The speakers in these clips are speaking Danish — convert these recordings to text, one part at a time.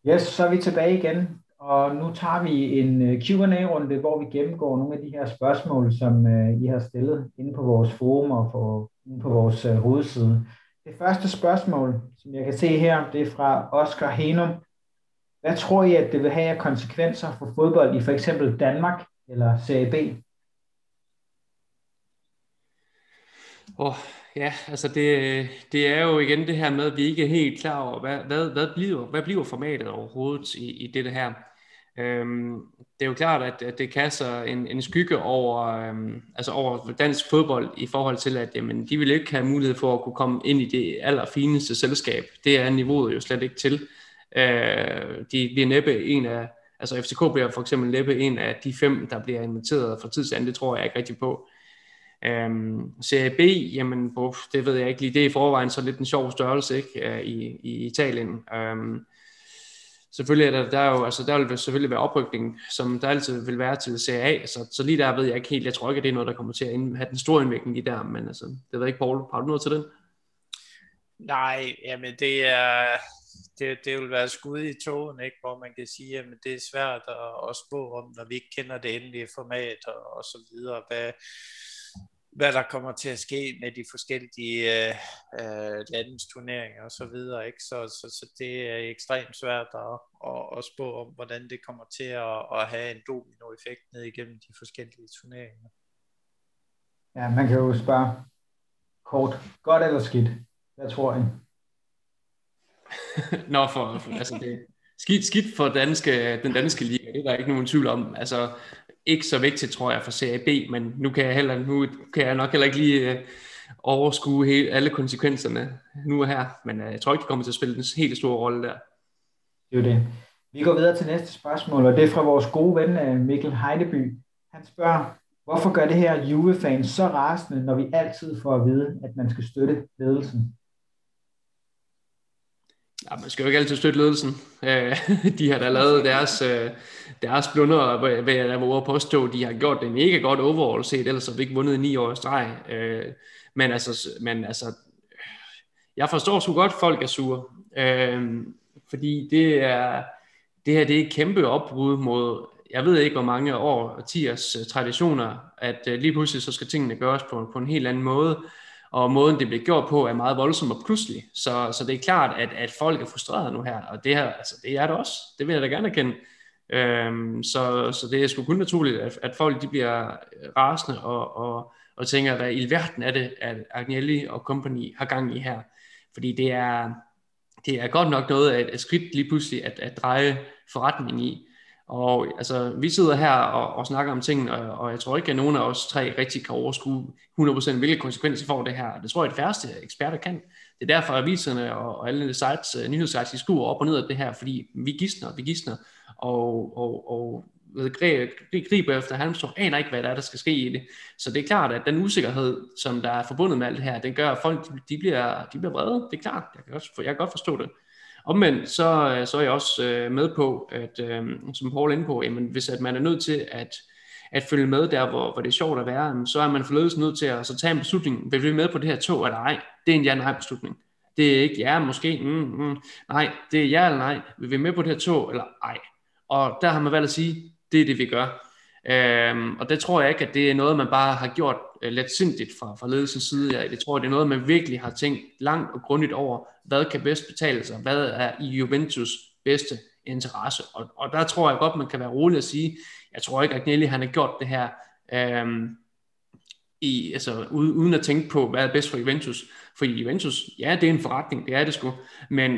Yes, så er vi tilbage igen, og nu tager vi en Q&A-runde, hvor vi gennemgår nogle af de her spørgsmål, som I har stillet inde på vores forum og inde på vores hovedside. Det første spørgsmål, som jeg kan se her, det er fra Oscar Henum. Hvad tror I, at det vil have af konsekvenser for fodbold i for eksempel Danmark eller Serie B? Oh, ja, altså det er jo igen det her med, at vi ikke er helt klar over, hvad bliver formatet overhovedet i det her. Det er jo klart, at det kaster en skygge over dansk fodbold i forhold til, at jamen, de vil ikke have mulighed for at kunne komme ind i det allerfineste selskab. Det er niveauet jo slet ikke til. De bliver næppe en af, altså FCK bliver for eksempel næppe en af de 5, der bliver inviteret fra tid til anden. Det tror jeg ikke rigtig på. Serie B, jamen, det ved jeg ikke lige, det er i forvejen så lidt en sjov størrelse, ikke, i Italien. Selvfølgelig er der jo, altså der vil selvfølgelig være oprykning, som der altid vil være til Serie A, så lige der ved jeg ikke helt, jeg tror ikke, at det er noget, der kommer til at have den store indvirkning i der, men altså, det ved jeg ikke, Paul, har du noget til den? Nej, jamen det vil være skud i togen, ikke? Hvor man kan sige, at det er svært at spå om, når vi ikke kender det endelige format og så videre, hvad der kommer til at ske med de forskellige landens turneringer og så videre, ikke? Så det er ekstremt svært at spå om, hvordan det kommer til at have en dominoeffekt ned igennem de forskellige turneringer. Ja, man kan jo spørge kort, godt eller skidt? Hvad tror I? Nå, altså det skidt for den danske liga, det er der ikke nogen tvivl om. Altså ikke så vigtigt, tror jeg, for Serie B, men nu kan jeg nok heller ikke lige overskue alle konsekvenserne nu og her, men jeg tror ikke, det kommer til at spille den helt store rolle der. Det er jo det. Vi går videre til næste spørgsmål, og det er fra vores gode ven Mikkel Heideby. Han spørger, hvorfor gør det her Juve-fans så rasende, når vi altid får at vide, at man skal støtte ledelsen? Ja, man skal jo ikke altid støtte ledelsen. De har da lavet deres blunder, hvad jeg var ude at påstå. De har gjort det mega godt overall set, ellers har vi ikke vundet 9 år i streg. Men altså, jeg forstår sgu godt, folk er sure. Fordi det her det er et kæmpe opbrud mod, jeg ved ikke hvor mange år og 10'ers traditioner, at lige pludselig så skal tingene gøres på en helt anden måde, og måden det bliver gjort på er meget voldsom og pludselig, så det er klart, at folk er frustrerede nu her, og det her, altså det er det også, det vil jeg da gerne erkende. Så det er sgu kun naturligt, at folk de bliver rasende og tænker, hvad i verden er det, at Agnelli og company har gang i her, fordi det er godt nok noget af et skridt lige pludselig at dreje forretning i. Og altså, vi sidder her og snakker om ting, og jeg tror ikke, at nogen af os 3 rigtig kan overskue 100% hvilke konsekvenser får det her. Det tror jeg, de færreste eksperter kan. Det er derfor, at aviserne og alle sites, nyhedssites, de skuer op og ned af det her, fordi vi gidsner, og griber efter Halmstrøm, aner ikke, hvad der skal ske i det. Så det er klart, at den usikkerhed, som der er forbundet med alt det her, den gør, at folk de bliver vrede. Det er klart, jeg kan godt forstå det. Omvendt, så er jeg også med på, at som Paul er inde på, jamen, hvis at man er nødt til at følge med der, hvor det er sjovt at være, så er man forledes nødt til at så tage en beslutning. Vil vi med på det her tog eller ej? Det er en ja-nej beslutning. Det er ikke ja, måske, nej, det er ja eller nej. Vil vi med på det her tog eller ej? Og der har man valgt at sige, det er det, vi gør. Og det tror jeg ikke, at det er noget, man bare har gjort letsindigt fra ledelsens side. Jeg tror, det er noget, man virkelig har tænkt langt og grundigt over, hvad kan bedst betale sig, hvad er i Juventus bedste interesse. Og der tror jeg godt, man kan være rolig at sige, jeg tror ikke, at Agnelli han har gjort det her uden at tænke på, hvad er bedst for Juventus. For Juventus, ja, det er en forretning, det er det sgu, men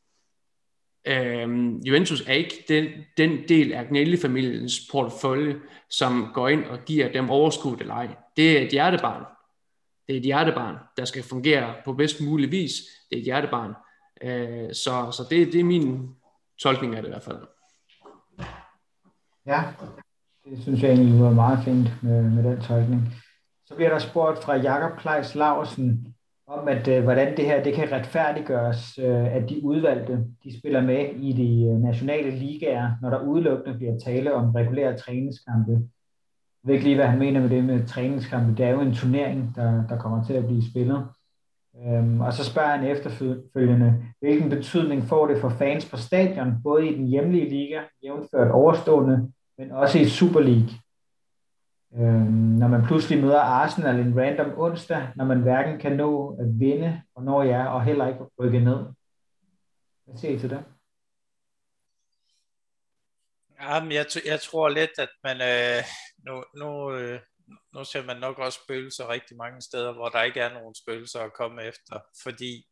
Juventus er ikke den del af Agnelli-familiens portefølje, som går ind og giver dem overskud eller ej. Det er et hjertebarn. Det er et hjertebarn, der skal fungere på bedst mulig vis. Det er et hjertebarn. Så det er min tolkning af det i hvert fald. Ja, det synes jeg egentlig var meget fint med den tolkning. Så bliver der spurgt fra Jakob Kleis Laursen om, at hvordan det her det kan retfærdiggøres, at de udvalgte de spiller med i de nationale ligaer, når der udelukkende bliver tale om regulære træningskampe. Jeg ved ikke lige, hvad han mener med det med træningskampe. Det er jo en turnering, der kommer til at blive spillet. Og så spørger han efterfølgende, hvilken betydning får det for fans på stadion, både i den hjemlige liga, jævnført overstående, men også i Super League. Når man pludselig møder Arsenal en random onsdag, når man hverken kan nå at vinde, og heller ikke rykke ned. Hvad siger I til det? Jamen, jeg tror lidt, at man nu ser man nok også spøgelser rigtig mange steder, hvor der ikke er nogen spøgelser at komme efter, fordi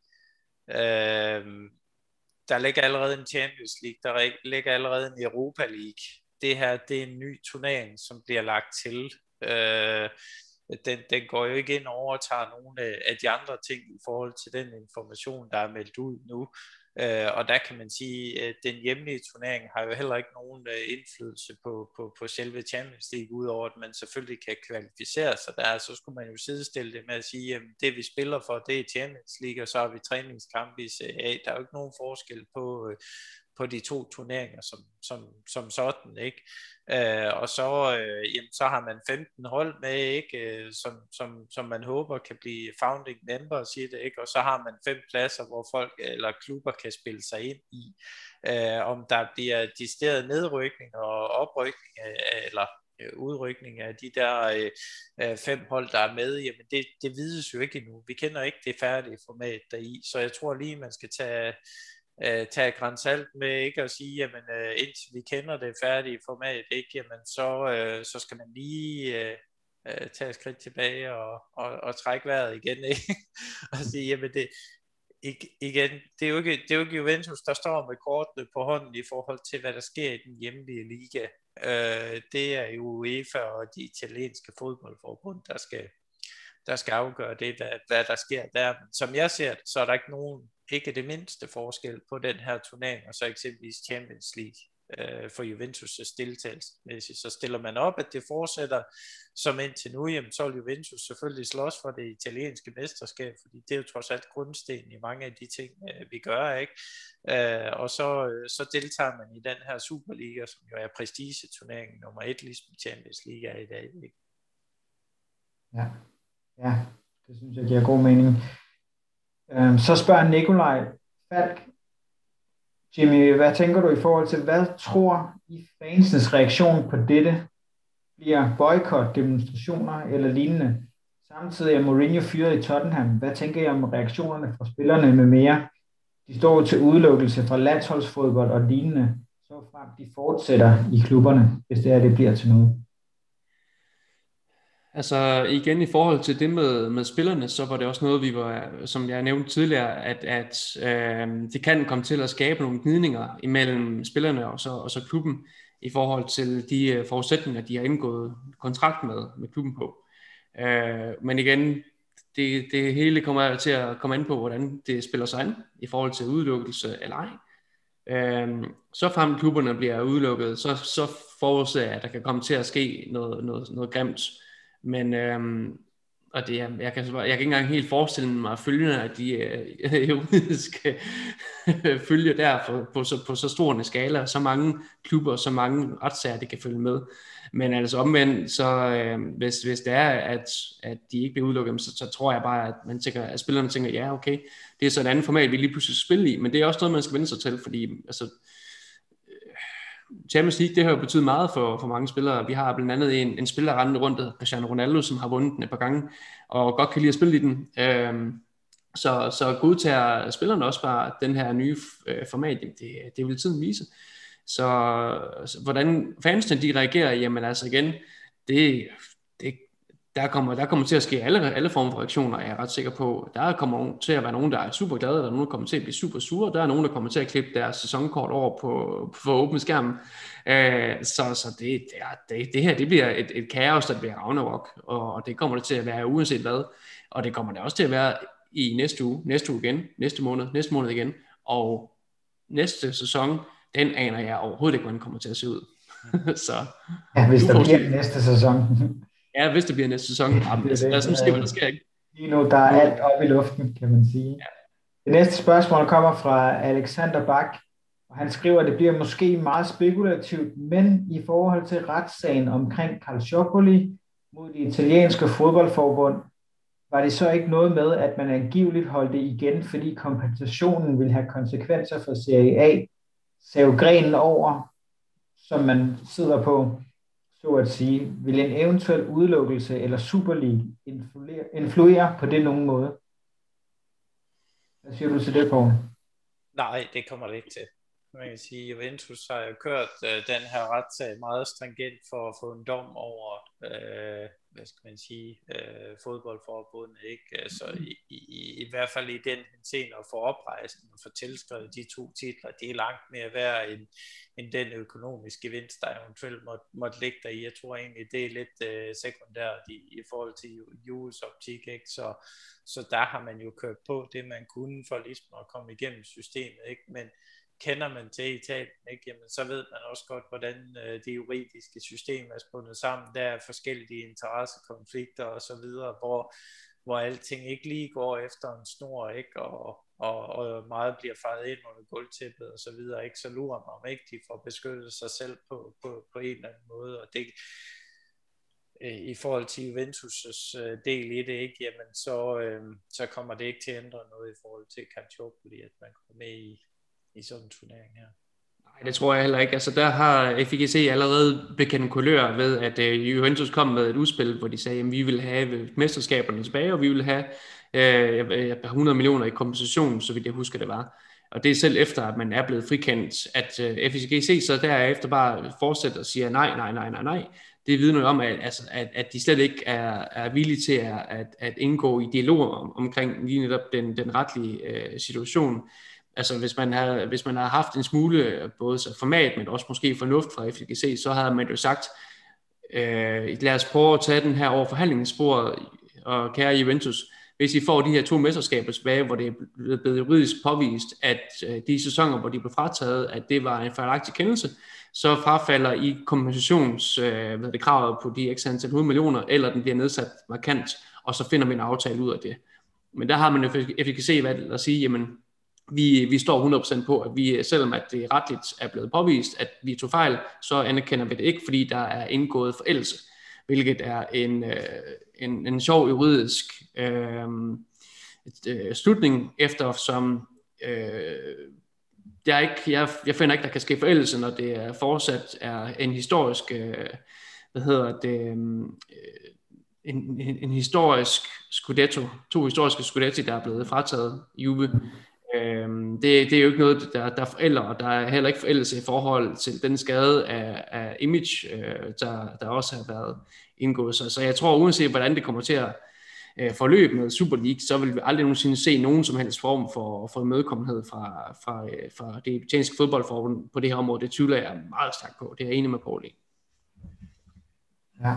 der ligger allerede en Champions League, der ligger allerede en Europa League. Det her, det er en ny turnering, som bliver lagt til. Den går jo ikke ind og overtager nogle af de andre ting i forhold til den information, der er meldt ud nu. Og der kan man sige, at den hjemlige turnering har jo heller ikke nogen indflydelse på selve Champions League, udover at man selvfølgelig kan kvalificere sig der. Så skulle man jo sidestille det med at sige, at det vi spiller for, det er Champions League, og så har vi træningskampe i CA. Der er jo ikke nogen forskel på de to turneringer som sådan, ikke? Og så har man 15 hold med, ikke? Som man håber kan blive founding member, siger det, ikke? Og så har man 5 pladser, hvor folk eller klubber kan spille sig ind i. Om der bliver decideret nedrykning og oprykning eller udrykning af de der 5 hold, der er med, jamen det vides jo ikke endnu. Vi kender ikke det færdige format deri, så jeg tror lige, man skal tage grænsalt med, ikke at sige, jamen indtil vi kender det færdige format, ikke, jamen så skal man lige tage et skridt tilbage og trække vejret igen, ikke? Og sige, jamen igen, det er jo ikke Juventus, der står med kortene på hånden i forhold til, hvad der sker i den hjemlige liga. Det er jo UEFA og de italienske fodboldforbund, der skal afgøre det, hvad der sker der. Men som jeg ser det, så er der ikke det mindste forskel på den her turnering, og så eksempelvis Champions League for Juventus' deltagelsesmæssigt. Så stiller man op, at det fortsætter som indtil nu, jamen, så vil Juventus selvfølgelig slås for det italienske mesterskab, fordi det er jo trods alt grundstenen i mange af de ting, vi gør, ikke? Og så deltager man i den her Superliga, som jo er prestigeturneringen nummer 1, ligesom Champions League er i dag, ikke? Ja, det synes jeg giver god mening. Så spørger Nikolaj Falk, Jimmy, hvad tænker du i forhold til, hvad tror I fansens reaktion på dette bliver boykot, demonstrationer eller lignende? Samtidig er Mourinho fyret i Tottenham. Hvad tænker I om reaktionerne fra spillerne med mere? De står til udelukkelse fra landsholdsfodbold og lignende, så frem de fortsætter i klubberne, hvis det bliver til noget. Altså igen i forhold til det med spillerne, så var det også noget, som jeg nævnte tidligere, at det kan komme til at skabe nogle gnidninger imellem spillerne og så klubben i forhold til de forudsætninger, de har indgået kontrakt med klubben på. Men igen, det hele kommer til at komme an på, hvordan det spiller sig ind i forhold til udelukkelse eller ej. Så frem klubberne bliver udelukket, så forudser jeg, at der kan komme til at ske noget grimt. Men og det, jeg kan ikke engang helt forestille mig følgende af de juridiske følger der på så stor en skala, så mange klubber, så mange retssager, de kan følge med. Men altså omvendt, så hvis det er, at de ikke bliver udelukket, så tror jeg bare, at spillerne tænker, ja okay, det er så et andet format, vi lige pludselig spiller i, men det er også noget, man skal vende sig til, fordi altså Champions League, det har jo betydet meget for mange spillere. Vi har blandt andet en spiller rendende rundt, der hedder Cristiano Ronaldo, som har vundet den et par gange, og godt kan lide at spille i den. Så godtager spillerne også bare den her nye format, det vil tiden vise. Så hvordan fansene de reagerer, jamen altså igen, der kommer til at ske alle former for reaktioner, er jeg ret sikker på. Der kommer til at være nogen, der er super glade, der er nogen, der kommer til at blive super sure, der er nogen, der kommer til at klippe deres sæsonkort over på åbne skærmen. Så det her, det bliver et kaos, der bliver Ragnarok, og det kommer det til at være uanset hvad, og det kommer det også til at være i næste uge igen, næste måned igen, og næste sæson, den aner jeg overhovedet ikke, hvordan den kommer til at se ud. Så, ja, hvis der bliver næste sæson. Ja, hvis det bliver næste sæson. Lad os nu se, hvad der sker, ikke? Lige nu, der er alt op i luften, kan man sige. Ja. Det næste spørgsmål kommer fra Alexander Bak, og han skriver, at det bliver måske meget spekulativt, men i forhold til retssagen omkring Calciopoli mod det italienske fodboldforbund, var det så ikke noget med, at man angiveligt holdt det igen, fordi kompensationen ville have konsekvenser for Serie A, save grenen over, som man sidder på, så at sige, vil en eventuel udelukkelse eller Super League influere på det nogen måde? Hvad siger du til det, Poul? Nej, det kommer det ikke til. Man kan sige, at Juventus har jo kørt den her retssag meget stringent for at få en dom over, hvad skal man sige, fodboldforbundet, ikke? Så i hvert fald i den henseende at få oprejsen og få tilskrevet de 2 titler, det er langt mere værd end den økonomiske gevinst, der eventuelt måtte ligge der i. Jeg tror egentlig, det er lidt sekundært i forhold til Jules optik, ikke? Så der har man jo kørt på det, man kunne for ligesom at komme igennem systemet, ikke? Men kender man til Italien, ikke? Jamen, så ved man også godt, hvordan det juridiske system er spundet sammen. Der er forskellige interessekonflikter og så videre, hvor alting ikke lige går efter en snor, ikke? Og meget bliver fejet ind under gulvtæppet og så videre, ikke? Så lurer man om ikke, de får beskyttet sig selv på en eller anden måde, og det i forhold til Juventus' del i det, ikke? Jamen, så kommer det ikke til at ændre noget i forhold til Calciopoli, at man kommer med i sådan en turnering her. Nej, det tror jeg heller ikke. Altså der har FIGC allerede bekendt kulør ved, at Juventus kom med et udspil, hvor de sagde, at vi vil have mesterskaberne tilbage, og vi vil have 100 millioner i kompensation, så vidt jeg husker det var. Og det er selv efter, at man er blevet frikendt, at FIGC så derefter bare fortsætter og siger nej. Det vidner jo om, at de slet ikke er villige til at indgå i dialog omkring lige netop den retlige situation. Altså hvis man har haft en smule både så format, men også måske fornuft fra FIGC, så havde man jo sagt, lad os prøve at tage den her over forhandlingsbordet, og kære Juventus, hvis I får de her 2 mesterskaber tilbage, hvor det er blevet juridisk påvist, at de sæsoner, hvor de blev frataget, at det var en fejlagtig kendelse, så frafalder I kompensationskravet på de x antal 100 millioner, eller den bliver nedsat markant, og så finder vi en aftale ud af det. Men der har man jo FIGC valgt at sige, jamen, vi står 100% på, at vi, selvom at det retligt er blevet påvist, at vi tog fejl, så anerkender vi det ikke, fordi der er indgået forældelse, hvilket er en sjov juridisk slutning, eftersom jeg finder ikke, der kan ske forældelse, når det er fortsat er en historisk, en historisk Scudetto, 2 historiske Scudetti, der er blevet frataget Juve. Det er jo ikke noget, der forælder, og der er heller ikke forældelse i forhold til den skade af image, der også har været indgået. Så jeg tror, uanset hvordan det kommer til at forløbe med Super League, så vil vi aldrig nogensinde se nogen som helst form for imødekommenhed fra det italienske fodboldforbund på det her område. Det tvivler jeg meget stærkt på. Det er jeg enig med Paul i. Ja.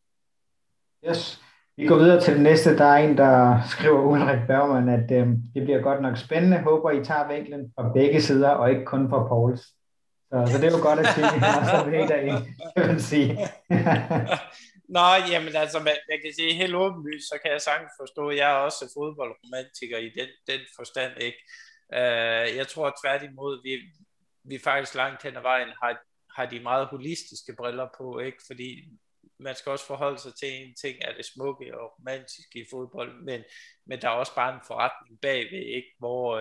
Yes. Vi går videre til det næste. Der er en, der skriver, Ulrik Bergman, at det bliver godt nok spændende. Håber, I tager vinklen fra begge sider, og ikke kun fra Pauls. Så det er jo godt at sige, at så ved der ikke, kan man sige. Nå, jamen altså, man kan sige helt åbenlyst, så kan jeg sagtens forstå, at jeg er også fodboldromantiker i den forstand, ikke? Jeg tror tværtimod, vi faktisk langt hen ad vejen har de meget holistiske briller på, ikke? Fordi man skal også forholde sig til en ting af det smukke og romantiske i fodbold, men der er også bare en forretning bagved, ikke?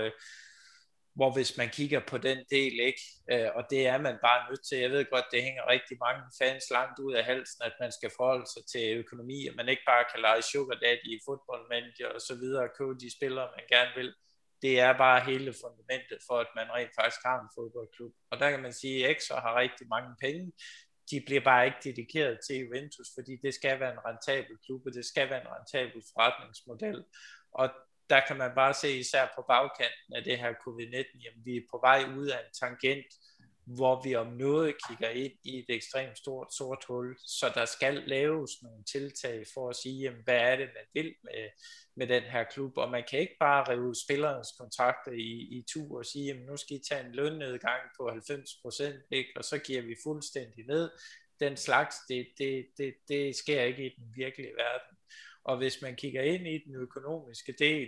Hvor hvis man kigger på den del, ikke, og det er man bare nødt til, jeg ved godt, det hænger rigtig mange fans langt ud af halsen, at man skal forholde sig til økonomi, og man ikke bare kan lege sugar daddy i fodboldmanager og så videre, og købe de spillere, man gerne vil. Det er bare hele fundamentet for, at man rent faktisk har en fodboldklub. Og der kan man sige, at Exor har rigtig mange penge. De bliver bare ikke dedikeret til Juventus, fordi det skal være en rentabel klub, og det skal være en rentabel forretningsmodel. Og der kan man bare se, især på bagkanten af det her covid-19, jamen vi er på vej ud af en tangent, hvor vi om noget kigger ind i et ekstremt stort sort hul, så der skal laves nogle tiltag for at sige, jamen, hvad er det, man vil med den her klub, og man kan ikke bare rive spillernes kontrakter i tur og sige, jamen nu skal I tage en lønnedgang på 90%, ikke? Og så giver vi fuldstændig ned. Den slags, det sker ikke i den virkelige verden. Og hvis man kigger ind i den økonomiske del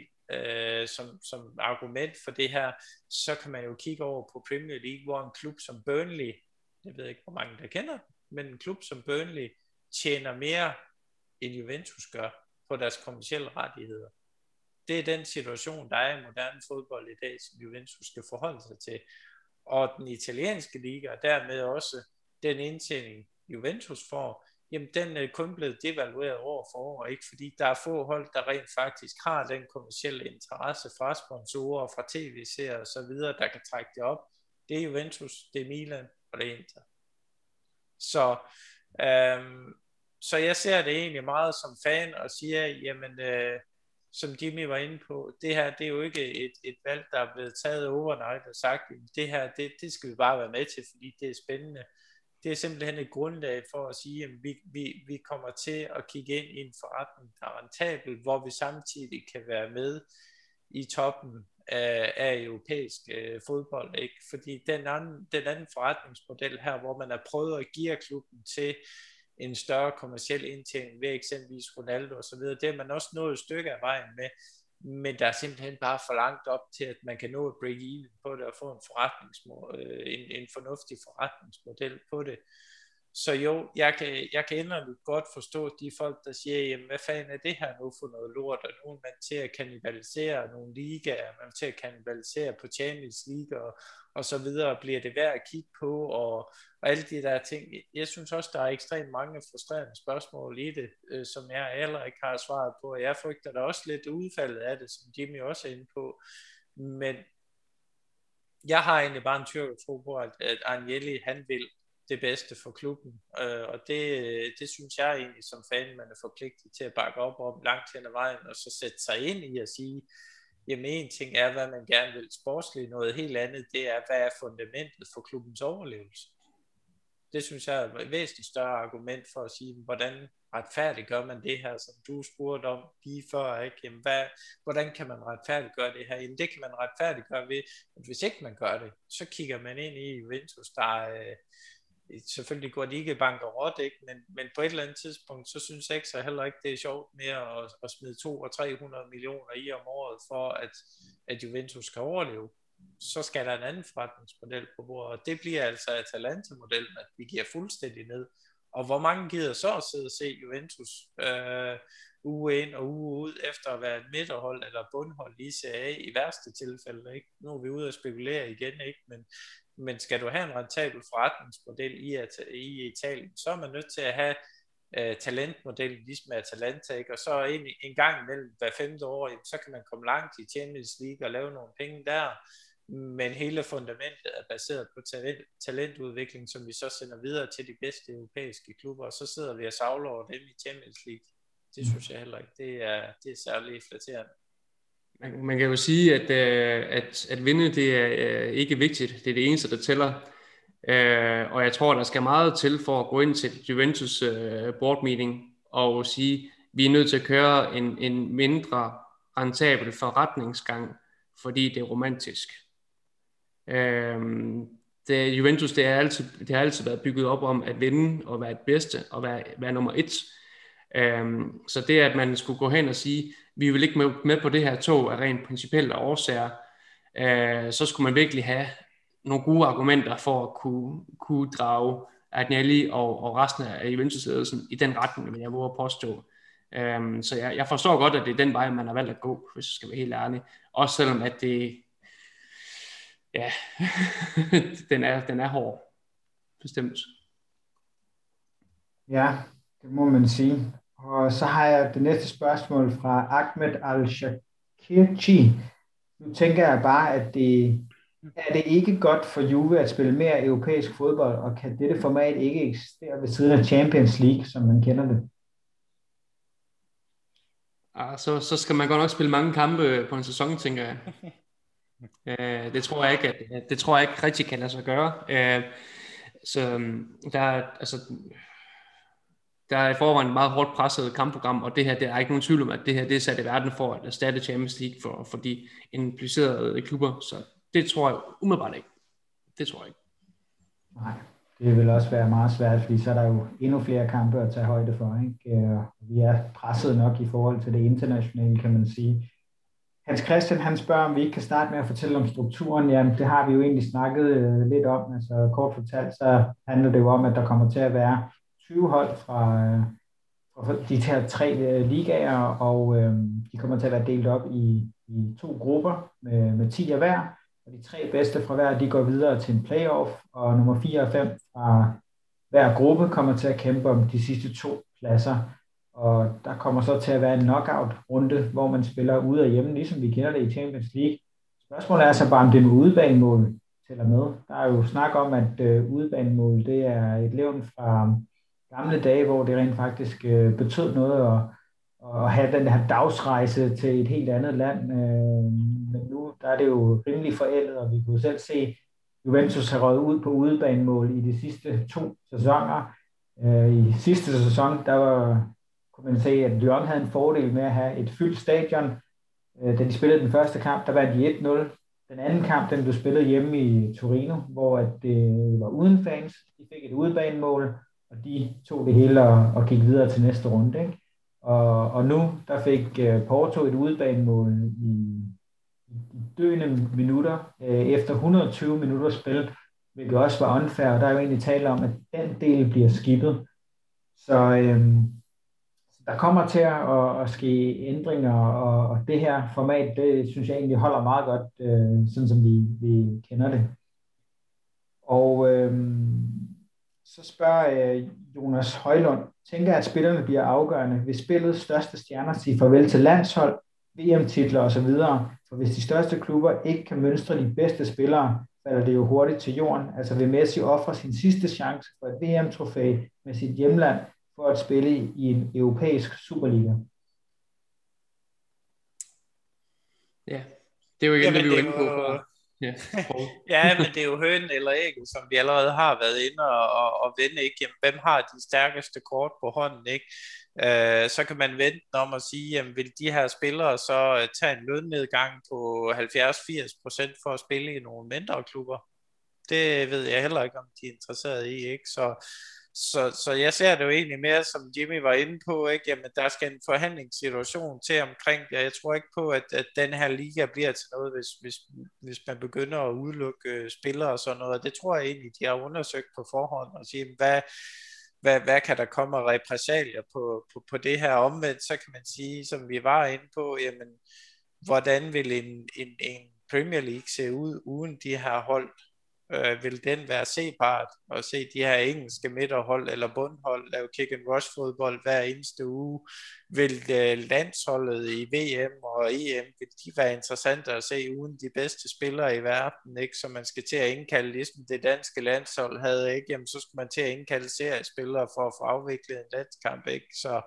som argument for det her, så kan man jo kigge over på Premier League, hvor en klub som Burnley, jeg ved ikke hvor mange der kender, men en klub som Burnley tjener mere end Juventus gør på deres kommercielle rettigheder. Det er den situation, der er i moderne fodbold i dag, som Juventus skal forholde sig til. Og den italienske liga, og dermed også den indtjening, Juventus får, jamen den er kun blevet devalueret år for år, ikke? Fordi der er få hold, der rent faktisk har den kommercielle interesse fra sponsorer, fra tv-serier og så videre, der kan trække det op. Det er Juventus, det er Milan og det er Inter. Så jeg ser det egentlig meget som fan og siger, jamen, som Jimmy var inde på, det her, det er jo ikke et valg, der er blevet taget overnight og sagt, det her, det skal vi bare være med til, fordi det er spændende. Det er simpelthen et grundlag for at sige, at vi kommer til at kigge ind i en forretning, der er rentabel, hvor vi samtidig kan være med i toppen af europæisk fodbold, ikke? Fordi den anden forretningsmodel her, hvor man har prøvet at give klubben til en større kommerciel indtjening ved eksempelvis Ronaldo og så videre, det er man også nået et stykke af vejen med, men der er simpelthen bare for langt op til, at man kan nå et break-even på det og få en fornuftig forretningsmodel på det. Så jo, jeg kan endeligt godt forstå de folk, der siger, jamen hvad fanden er det her nu for noget lort, og nu er man til at kannibalisere nogle ligaer, man er til at kannibalisere på Champions League og så videre, bliver det værd at kigge på, og alle de der ting. Jeg synes også, der er ekstremt mange frustrerende spørgsmål i det, som jeg heller ikke har svaret på, og jeg frygter da også lidt udfaldet af det, som Jimmy også er inde på, men jeg har egentlig bare en tyrk tro på, at Agnelli, han vil det bedste for klubben, og det synes jeg egentlig som fan, man er forpligtet til at bakke op om langt hen ad vejen, og så sætte sig ind i at sige, jamen en ting er, hvad man gerne vil sportsligt, noget helt andet, det er, hvad er fundamentet for klubbens overlevelse. Det synes jeg er et væsentligt større argument for at sige, hvordan retfærdiggør man det her, som du spurgte om lige før, ikke? Jamen, hvordan kan man retfærdiggøre det her? Jamen, det kan man retfærdiggøre ved, at hvis ikke man gør det, så kigger man ind i Juventus, der selvfølgelig går de ikke bankerot, ikke? Men på et eller andet tidspunkt, så synes jeg ikke så heller ikke, det er sjovt mere at smide 200 og 300 millioner i om året, for at Juventus skal overleve. Så skal der en anden forretningsmodel på bordet, og det bliver altså Atalanta-modellen, at vi giver fuldstændig ned. Og hvor mange gider så at sidde og se Juventus uge ind og uge ud, efter at være et midterhold eller bundhold i CA i værste tilfælde, ikke? Nu er vi ude at spekulere igen, ikke? Men skal du have en rentabel forretningsmodel i Italien, så er man nødt til at have talentmodellen ligesom Atalanta, ikke? Og så en gang imellem hver 5. år, så kan man komme langt i Champions League og lave nogle penge der, men hele fundamentet er baseret på talentudvikling, som vi så sender videre til de bedste europæiske klubber, og så sidder vi og savler over dem i Champions League. Det synes jeg heller ikke. Det er særligt flatterende. Man kan jo sige, at vinde, det er ikke vigtigt. Det er det eneste, der tæller. Og jeg tror, der skal meget til for at gå ind til Juventus board meeting og sige, vi er nødt til at køre en mindre rentabel forretningsgang, fordi det er romantisk. Juventus, det har altid været bygget op om at vinde og være det bedste og være nummer 1. Så det, at man skulle gå hen og sige, vi vil ikke med på det her tog af rent principielle årsager, så skulle man virkelig have nogle gode argumenter for at kunne drage Agnelli og resten af Juventus-ledelsen i den retning, vil jeg våge at påstå. Så jeg forstår godt, at det er den vej, man har valgt at gå, hvis jeg skal være helt ærlig. Også selvom at det, ja, den er hård, bestemt. Ja, det må man sige. Og så har jeg det næste spørgsmål fra Ahmed Al-Shakirchi. Nu tænker jeg bare, at er det ikke godt for Juve at spille mere europæisk fodbold, og kan dette format ikke eksistere ved siden af Champions League, som man kender det? Så skal man godt nok spille mange kampe på en sæson, tænker jeg. Det tror jeg ikke rigtig kan lade sig gøre. Så der er i forvejen et meget hårdt presset kampprogram, og det her, der er ikke nogen tvivl om, at det her det er sat i verden for at erstatte Champions League for de implicerede klubber, så det tror jeg umiddelbart ikke. Det tror jeg ikke. Nej, det vil også være meget svært, fordi så er der jo endnu flere kampe at tage højde for, ikke? Vi er presset nok i forhold til det internationale, kan man sige. Hans Christian, han spørger, om vi ikke kan starte med at fortælle om strukturen. Jamen, det har vi jo egentlig snakket lidt om. Altså kort fortalt, så handler det jo om, at der kommer til at være 20 hold fra de her 3 ligaer, og de kommer til at være delt op i 2 grupper med 10 af hver, og de 3 bedste fra hver, de går videre til en playoff, og nummer 4 og 5 fra hver gruppe kommer til at kæmpe om de sidste 2 pladser, og der kommer så til at være en knockout-runde, hvor man spiller ude og hjemme, ligesom vi kender det i Champions League. Spørgsmålet er så bare, om det med udebanemål tæller med. Der er jo snak om, at udebanemål, det er et levn fra gamle dage, hvor det rent faktisk betød noget at have den her dagsrejse til et helt andet land. Men nu der er det jo rimelig forældet, og vi kunne selv se, Juventus har røget ud på udebanemål i de sidste 2 sæsoner. I sidste sæson, kunne man se, at Lyon havde en fordel med at have et fyldt stadion. Da de spillede den første kamp, der vandt de 1-0. Den anden kamp, den blev spillet hjemme i Torino, hvor det var uden fans. De fik et udebanemål, og de tog det hele og gik videre til næste runde. Ikke? Og nu, der fik Porto et udebanemål i døende minutter, efter 120 minutter spil, hvilket også var unfair, og der er jo egentlig tale om, at den del bliver skippet. Så der kommer til at ske ændringer, og det her format, det synes jeg egentlig holder meget godt, sådan som vi kender det. Og så spørger Jonas Højlund, tænker at spillerne bliver afgørende, hvis spillets største stjerner siger farvel til landshold, VM-titler osv., for hvis de største klubber ikke kan mønstre de bedste spillere, falder det jo hurtigt til jorden. Altså vil Messi ofre sin sidste chance for et VM-trofæ med sit hjemland, for at spille i en europæisk Superliga. Ja, det er jo igen det, vi var inde på før. Ja. Ja, men det er jo hønen eller ægget, som vi allerede har været inde og vende, ikke? Jamen, hvem har de stærkeste kort på hånden, ikke? Så kan man vente om at sige, jamen, vil de her spillere så tage en lønnedgang på 70-80% for at spille i nogle mindre klubber? Det ved jeg heller ikke, om de er interesseret i, ikke? Så jeg ser det jo egentlig mere, som Jimmy var inde på, ikke? Jamen, der skal en forhandlingssituation til omkring det. Jeg tror ikke på, at den her liga bliver til noget, hvis man begynder at udelukke spillere og sådan noget. Det tror jeg egentlig, de har undersøgt på forhånd og sige, hvad kan der komme af repressalier på det her. Omvendt, så kan man sige, som vi var inde på, jamen, hvordan vil en Premier League se ud uden de her hold? Vil den være sebart og se de her engelske midterhold eller bundhold lave kick and rush fodbold hver eneste uge? Vil landsholdet i VM og EM, vil de være interessante at se uden de bedste spillere i verden, ikke? Så man skal til at indkalde, ligesom det danske landshold havde, ikke? Jamen, så skal man til at indkalde seriespillere for at få afviklet en landskamp, ikke?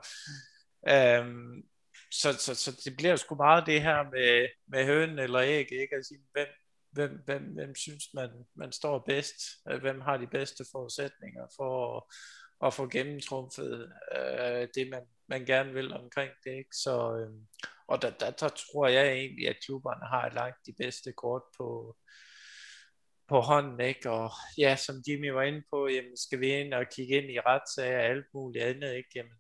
Så det bliver sgu meget det her med hønen eller æg, ikke? Altså, hvem synes man står bedst? Hvem har de bedste forudsætninger for at få gennemtrumfet det, man gerne vil omkring det, ikke? Og der tror jeg egentlig, at klubberne har langt de bedste kort på hånden, ikke? Og ja, som Jimmy var inde på, jamen, skal vi ind og kigge ind i retssager og alt muligt andet, ikke? Jamen,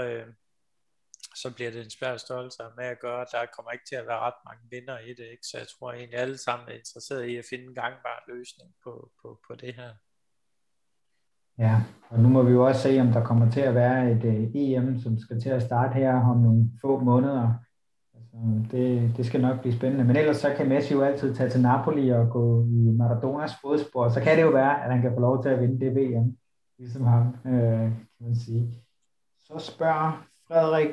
så bliver det en svær størrelse med at gøre. Der kommer ikke til at være ret mange vinder i det, ikke? Så jeg tror egentlig, alle sammen er interesseret i at finde en gangbar løsning på det her. Ja, og nu må vi jo også se, om der kommer til at være et EM, som skal til at starte her om nogle få måneder. Altså, det skal nok blive spændende. Men ellers så kan Messi jo altid tage til Napoli og gå i Maradonas fodspor. Så kan det jo være, at han kan få lov til at vinde det VM, ligesom ham, kan man sige. Så spørger Frederik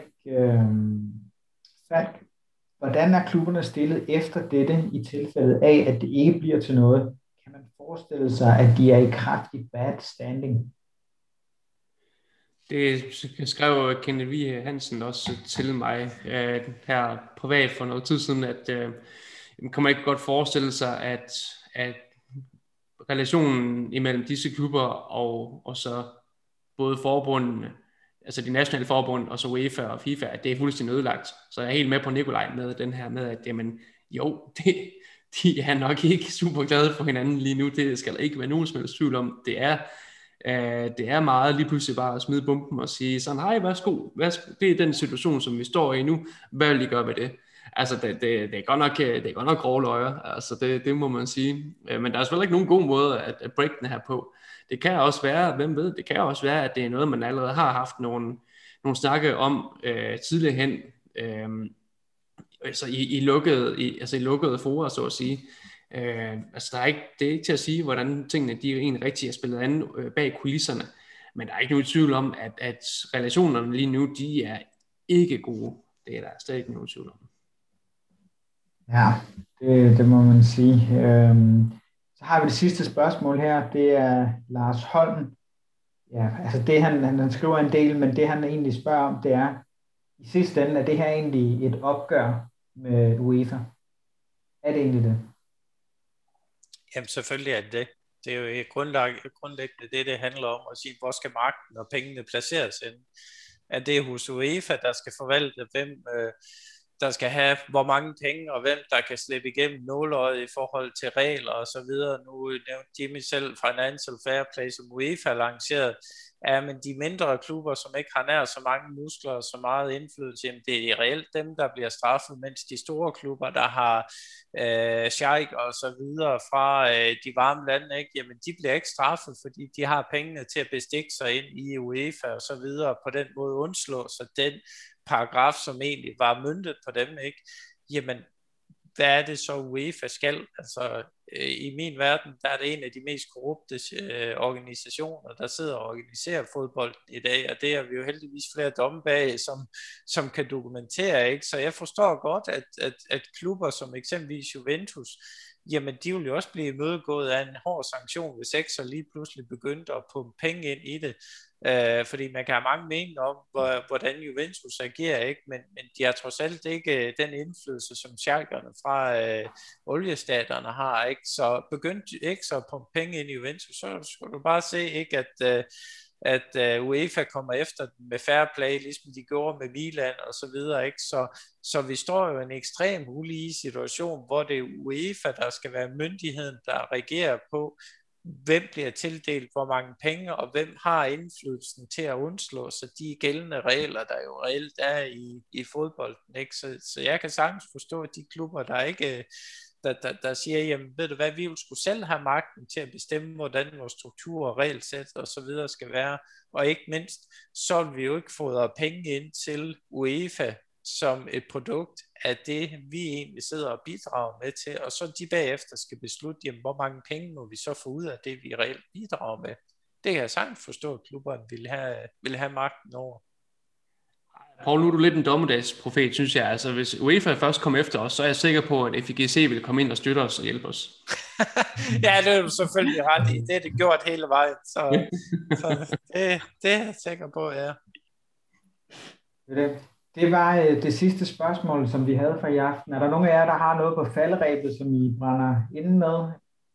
Falk, hvordan er klubberne stillet efter dette i tilfældet af, at det ikke bliver til noget? Kan man forestille sig, at de er i kraftig bad standing? Det skrev Kenneth Vie Hansen også til mig her privat for noget tid siden, at kan man ikke godt forestille sig, at relationen imellem disse klubber og så både forbundene, altså de nationale forbund, og så UEFA og FIFA, at det er fuldstændig ødelagt. Så jeg er helt med på Nikolaj med den her med, at jamen, jo, de er nok ikke super glade for hinanden lige nu. Det skal der ikke være nogen som helst tvivl om. Det er meget lige pludselig bare at smide bomben og sige sådan, hej, værsgo, det er den situation, som vi står i nu. Hvad vil I gøre ved det? Altså, det er godt nok grove løjer. Altså, det må man sige. Men der er selvfølgelig ikke nogen god måde at break den her på. Det kan også være, hvem ved, det kan også være, at det er noget, man allerede har haft nogle nogle snakke om tidligere hen, altså i lukkede fora, så at sige. Altså det er ikke til at sige, hvordan tingene de egentlig rigtig er spillet an bag kulisserne, men der er ikke nogen tvivl om, at relationerne lige nu, de er ikke gode. Det er der slet ikke nogen tvivl om. Ja, det må man sige. Så har vi det sidste spørgsmål her. Det er Lars Holm. Ja, altså det han skriver en del, men det han egentlig spørger om, det er, i sidste ende, er det her egentlig et opgør med UEFA? Er det egentlig det? Jamen selvfølgelig er det. Det er jo grundlæggende det handler om at sige, hvor skal magten og pengene placeres henne? Er det hos UEFA, der skal forvalte, hvem der skal have hvor mange penge, og hvem der kan slippe igennem nåløjet i forhold til regler og så videre. Nu nævnte Jimmy selv Financial Fair Play, som UEFA lanceret. Ja, men de mindre klubber, som ikke har nær så mange muskler og så meget indflydelse, jamen det er reelt dem, der bliver straffet, mens de store klubber, der har sheik og så videre fra de varme lande, ikke? Jamen de bliver ikke straffet, fordi de har pengene til at bestikke sig ind i UEFA og så videre, på den måde undslå sig den paragraf, som egentlig var møntet på dem, ikke? Jamen, hvad er det så UEFA skal? Altså, i min verden, der er det en af de mest korrupte organisationer, der sidder og organiserer fodbolden i dag, og det er vi jo heldigvis flere domme bag, som kan dokumentere, ikke? Så jeg forstår godt, at klubber som eksempelvis Juventus, jamen de vil jo også blive imødegået af en hård sanktion, hvis ikke så lige pludselig begyndte at pumpe penge ind i det. Fordi man kan have mange meninger om, hvordan Juventus agerer, ikke? Men de har trods alt ikke den indflydelse, som sheikerne fra oliestaterne har, ikke? Så begyndte ikke så at pumpe penge ind i Juventus, så skulle du bare se, ikke, at UEFA kommer efter den med fair play, ligesom de gjorde med Milan og så videre, ikke? Så vi står jo i en ekstrem ulige situation, hvor det er UEFA, der skal være myndigheden, der regerer på, hvem bliver tildelt hvor mange penge, og hvem har indflydelsen til at undslå sig de gældende regler, der jo reelt er i fodbolden, ikke? Så jeg kan sagtens forstå, at de klubber, der ikke der siger, jamen ved du hvad, vi vil skulle selv have magten til at bestemme, hvordan vores struktur og regelsæt og så videre skal være, og ikke mindst, så vil vi jo ikke fodre penge ind til UEFA som et produkt af det, vi egentlig sidder og bidrager med til, og så de bagefter skal beslutte, jamen, hvor mange penge må vi så få ud af det, vi reelt bidrager med. Det kan jeg sagtens forstå, at klubberne vil have magten over. Poul, nu er du lidt en dommedagsprofet, synes jeg. Altså, hvis UEFA først kommer efter os, så er jeg sikker på, at FIGC vil komme ind og støtte os og hjælpe os. Ja, det er du selvfølgelig ret i. Det er det gjort hele vejen. Så det er jeg sikker på, ja. Det var det sidste spørgsmål, som vi havde for i aften. Er der nogen af jer, der har noget på falderebet, som I brænder inde med?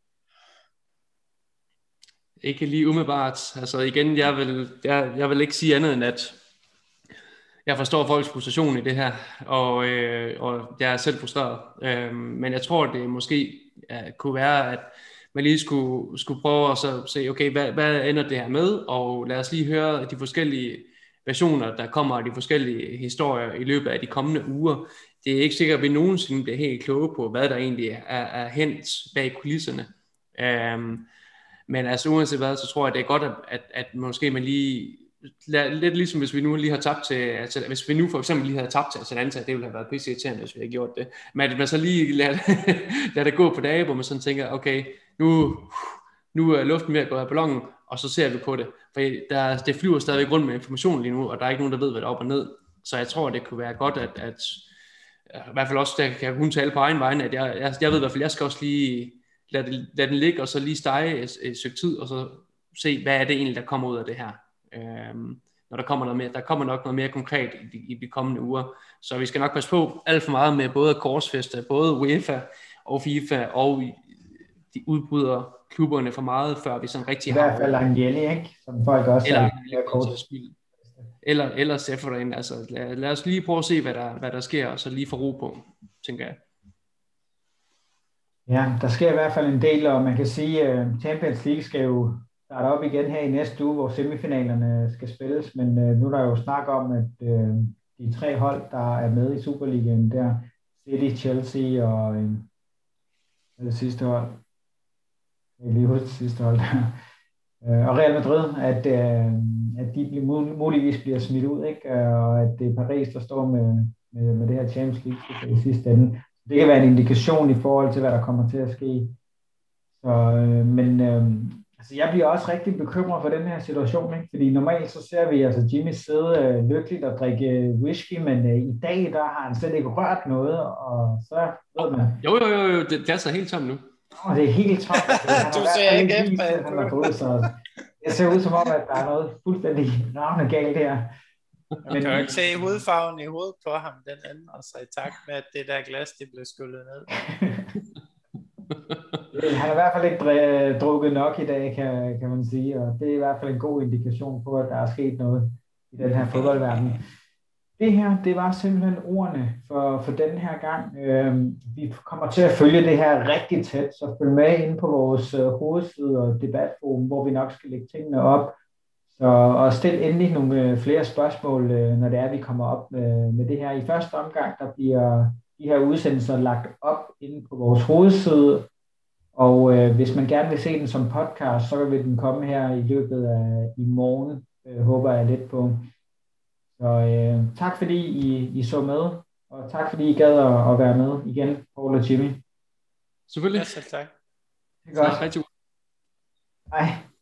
Ikke lige umiddelbart. Altså igen, jeg vil ikke sige andet end, at jeg forstår folks frustration i det her, og jeg er selv frustreret. Men jeg tror, det måske kunne være, at man lige skulle prøve at så se, okay, hvad ender det her med, og lad os lige høre de forskellige versioner, der kommer af de forskellige historier i løbet af de kommende uger. Det er ikke sikkert, at vi nogensinde bliver helt kloge på, hvad der egentlig er hent bag kulisserne. Men altså uanset hvad, så tror jeg, det er godt, at måske man lige, lidt ligesom hvis vi nu lige har tabt til, altså hvis vi nu for eksempel lige havde tabt til Atalanta, det ville have været pisse irriterende, hvis vi havde gjort det. Men at man så lige lader det gå på dage, hvor man sådan tænker, okay, nu er luften ved at gå af ballonen, og så ser vi på det. For det flyver stadigvæk rundt med information lige nu, og der er ikke nogen, der ved, hvad der er op og ned. Så jeg tror, det kunne være godt, at i hvert fald også, der kan hun tale på egen vegne, at jeg ved i hvert fald, jeg skal også lige lade den ligge, og så lige stege et stykke tid, og så se, hvad er det egentlig, der kommer ud af det her. Når der kommer noget mere, der kommer nok noget mere konkret i de kommende uger. Så vi skal nok passe på alt for meget med både korsfæste, både UEFA og FIFA, og de udbryder klubberne for meget, før vi sådan rigtig har... I hvert fald Angeli, ikke? Som folk også eller Seferin. Altså, lad os lige prøve at se, hvad der sker, og så lige få ro på, tænker jeg. Ja, der sker i hvert fald en del, og man kan sige, at Champions League skal jo starte op igen her i næste uge, hvor semifinalerne skal spilles, men nu er der jo snak om, at de 3 hold, der er med i Superligaen, der City, Chelsea og det sidste hold. Jeg lige huske det sidste hold. Og Real Madrid, at de muligvis bliver smidt ud, ikke? Og at det er Paris, der står med det her Champions League i sidste ende. Det kan være en indikation i forhold til, hvad der kommer til at ske. Så, altså jeg bliver også rigtig bekymret for den her situation, ikke? Fordi normalt så ser vi altså Jimmy sidde lykkeligt og drikke whisky, men i dag der har han slet ikke rørt noget, og så ved man... Jo, det er så helt tomt nu. Og det er helt tomt. Du ser ikke efter, han har fået, så det ser ud som om, at der er noget fuldstændig ravne galt her. Men kan jo ikke se hudfarven i hovedet på ham, den ændrer sig i takt med, at det der glas, det blev skyllet ned. Han har i hvert fald ikke drukket nok i dag, kan man sige, og det er i hvert fald en god indikation på, at der er sket noget i den her fodboldverden. Det her, det var simpelthen ordene for den her gang. Vi kommer til at følge det her rigtig tæt, så følg med inde på vores hovedside og debatforum, hvor vi nok skal lægge tingene op. Og stil endelig nogle flere spørgsmål, når det er, vi kommer op med det her. I første omgang, der bliver de her udsendelser lagt op inde på vores hovedside, og hvis man gerne vil se den som podcast, så vil den komme her i løbet af i morgen, håber jeg lidt på. Så tak fordi I så med, og tak fordi I gad at være med igen, Paul og Jimmy. Selvfølgelig. Ja, selv tak. Det er godt. Hej.